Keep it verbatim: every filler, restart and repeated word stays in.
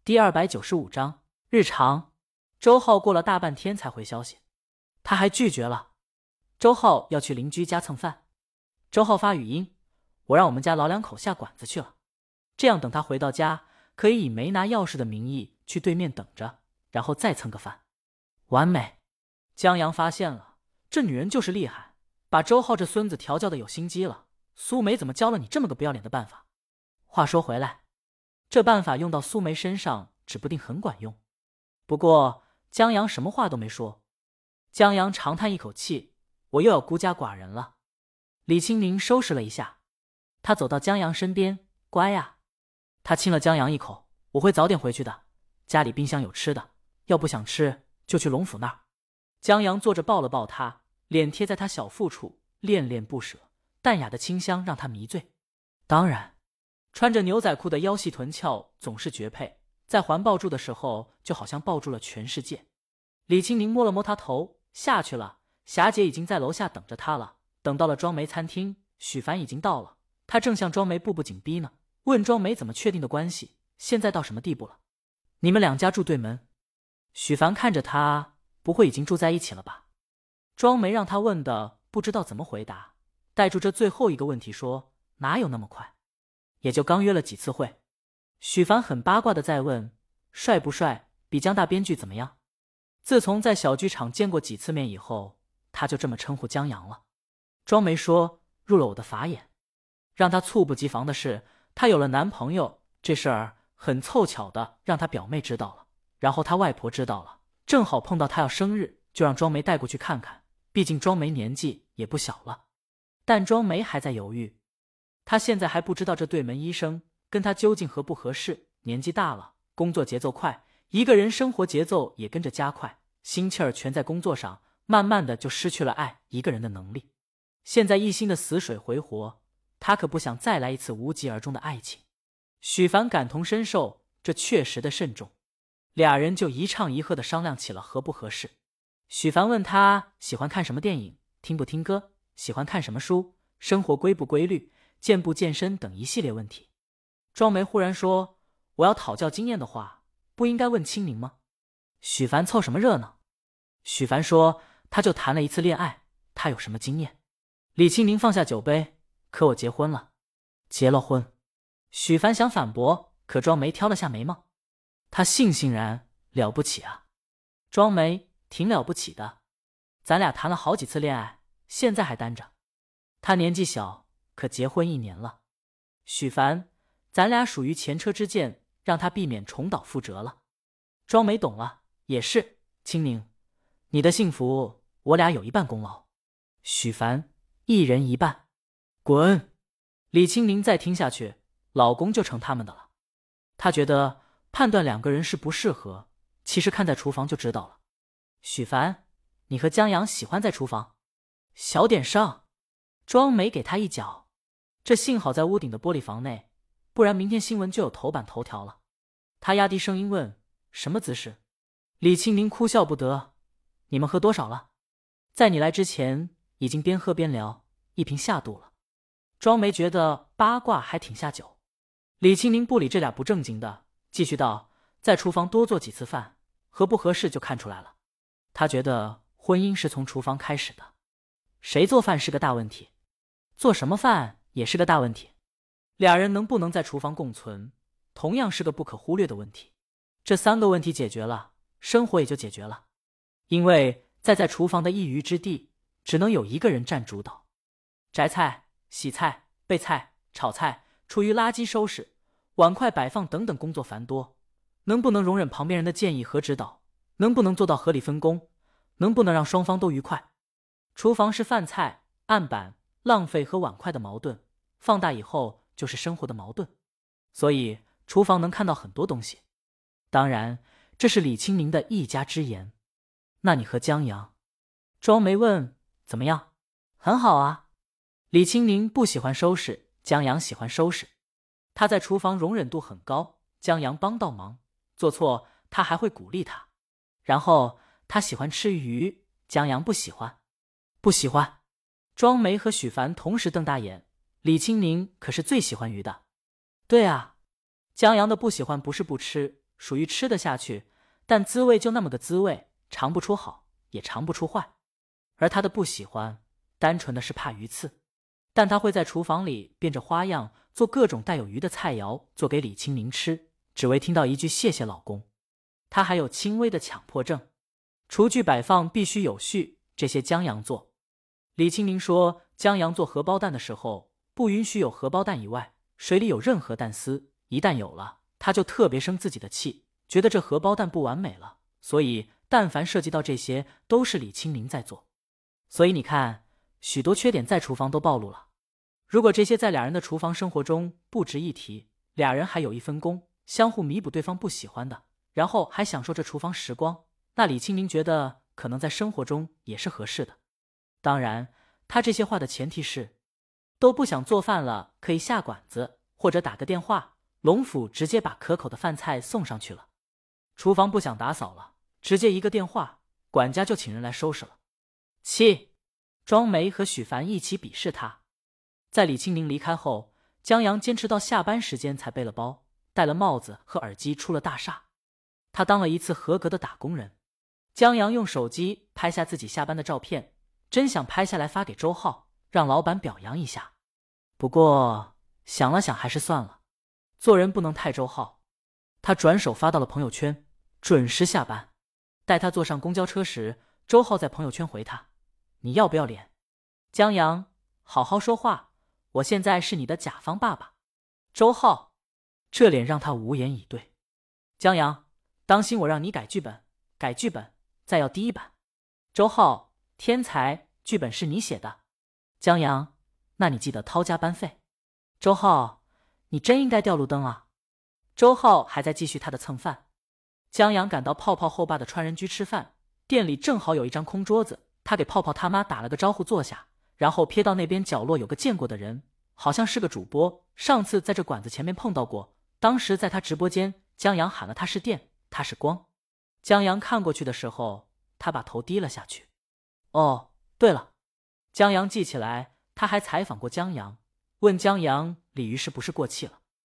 第二百九十五章日常。周浩过了大半天才回消息，他还拒绝了。周浩要去邻居家蹭饭。周浩发语音，我让我们家老两口下馆子去了，这样等他回到家，可以以没拿钥匙的名义去对面等着，然后再蹭个饭。完美。江阳发现了，这女人就是厉害，把周浩这孙子调教的有心机了。苏梅怎么教了你这么个不要脸的办法？话说回来，这办法用到苏梅身上指不定很管用。不过江阳什么话都没说。江阳长叹一口气，我又要孤家寡人了。李清明收拾了一下，他走到江阳身边，乖呀。他亲了江阳一口，我会早点回去的，家里冰箱有吃的，要不想吃就去龙府那儿。江阳坐着抱了抱他，脸贴在他小腹处，恋恋不舍，淡雅的清香让他迷醉。当然，穿着牛仔裤的腰细臀翘总是绝配，在环抱住的时候就好像抱住了全世界。李清明摸了摸他头，下去了。霞姐已经在楼下等着他了。等到了庄梅餐厅，许凡已经到了，他正向庄梅步步紧逼呢，问庄梅怎么确定的关系，现在到什么地步了？你们两家住对门？许凡看着他，不会已经住在一起了吧？庄梅让他问的不知道怎么回答，带住这最后一个问题说，哪有那么快，也就刚约了几次会。许凡很八卦的在问，帅不帅，比江大编剧怎么样？自从在小剧场见过几次面以后，他就这么称呼江阳了。庄梅说，入了我的法眼。让他猝不及防的是，他有了男朋友，这事儿很凑巧的让他表妹知道了，然后他外婆知道了，正好碰到他要生日，就让庄梅带过去看看，毕竟庄梅年纪也不小了。但庄梅还在犹豫，他现在还不知道这对门医生跟他究竟合不合适，年纪大了，工作节奏快，一个人生活节奏也跟着加快，心气儿全在工作上，慢慢的就失去了爱一个人的能力。现在一心的死水回活，他可不想再来一次无疾而终的爱情。许凡感同身受，这确实的慎重。俩人就一唱一和的商量起了合不合适。许凡问他喜欢看什么电影，听不听歌，喜欢看什么书，生活规不规律，健不健身等一系列问题。庄梅忽然说，我要讨教经验的话，不应该问清明吗？许凡凑什么热闹？许凡说，他就谈了一次恋爱，他有什么经验？李清明放下酒杯，可我结婚了。结了婚。许凡想反驳，可庄梅挑了下眉毛。他悻悻然，了不起啊。庄梅，挺了不起的，咱俩谈了好几次恋爱，现在还单着。他年纪小，可结婚一年了。许凡，咱俩属于前车之鉴，让他避免重蹈覆辙了。庄梅懂了，也是，清明，你的幸福我俩有一半功劳。许凡，一人一半。滚！李清明再听下去，老公就成他们的了。他觉得判断两个人是不适合，其实看在厨房就知道了。许凡，你和江阳喜欢在厨房？小点声。庄梅给他一脚。这幸好在屋顶的玻璃房内，不然明天新闻就有头版头条了。他压低声音问，什么姿势？李清明哭笑不得，你们喝多少了？在你来之前已经边喝边聊，一瓶下肚了。庄梅觉得八卦还挺下酒。李清明不理这俩不正经的，继续道，在厨房多做几次饭，合不合适就看出来了。他觉得婚姻是从厨房开始的，谁做饭是个大问题，做什么饭也是个大问题。俩人能不能在厨房共存，同样是个不可忽略的问题。这三个问题解决了，生活也就解决了。因为在在厨房的一隅之地，只能有一个人占主导。摘菜、洗菜、备菜、炒菜、厨余垃圾收拾、碗筷摆放等等工作繁多，能不能容忍旁边人的建议和指导？能不能做到合理分工？能不能让双方都愉快？厨房是饭菜、案板、浪费和碗筷的矛盾，放大以后就是生活的矛盾。所以厨房能看到很多东西。当然，这是李清明的一家之言。那你和江阳？庄梅问，怎么样？很好啊。李清明不喜欢收拾，江阳喜欢收拾。他在厨房容忍度很高，江阳帮倒忙，做错他还会鼓励他。然后他喜欢吃鱼，江阳不喜欢。不喜欢。庄梅和许凡同时瞪大眼，李清明可是最喜欢鱼的。对啊，江阳的不喜欢不是不吃， 属于吃得下去，但滋味就那么个滋味，尝不出好，也尝不出坏。而他的不喜欢，单纯的是怕鱼刺。但他会在厨房里变着花样做各种带有鱼的菜肴，做给李清明吃，只为听到一句谢谢老公。他还有轻微的强迫症，厨具摆放必须有序，这些江阳做。李清明说，江阳做荷包蛋的时候，不允许有荷包蛋以外水里有任何蛋丝，一旦有了，他就特别生自己的气，觉得这荷包蛋不完美了，所以但凡涉及到这些，都是李清明在做。所以你看，许多缺点在厨房都暴露了。如果这些在俩人的厨房生活中不值一提，俩人还有一分工，相互弥补对方不喜欢的，然后还享受这厨房时光，那李清明觉得可能在生活中也是合适的。当然，他这些话的前提是，都不想做饭了，可以下馆子或者打个电话，龙府直接把可口的饭菜送上去了。厨房不想打扫了，直接一个电话，管家就请人来收拾了。七，庄梅和许凡一起鄙视他。在李清明离开后，江阳坚持到下班时间才背了包，戴了帽子和耳机出了大厦。他当了一次合格的打工人。江阳用手机拍下自己下班的照片，真想拍下来发给周浩，让老板表扬一下。不过想了想还是算了，做人不能太周浩。他转手发到了朋友圈，准时下班。待他坐上公交车时，周浩在朋友圈回他，你要不要脸？江阳，好好说话，我现在是你的甲方爸爸。周浩，这脸让他无言以对。江阳，当心我让你改剧本，改剧本，再要第一版。周浩，天才，剧本是你写的。江阳，那你记得掏加班费。周浩，你真应该掉路灯啊。周浩还在继续他的蹭饭。江阳赶到泡泡后爸的川人居吃饭，店里正好有一张空桌子，他给泡泡他妈打了个招呼坐下，然后瞥到那边角落有个见过的人，好像是个主播，上次在这馆子前面碰到过，当时在他直播间，江阳喊了他是电，他是光。江阳看过去的时候，他把头低了下去。哦，对了，江阳记起来，他还采访过江阳，问江阳鲤鱼是不是过气了。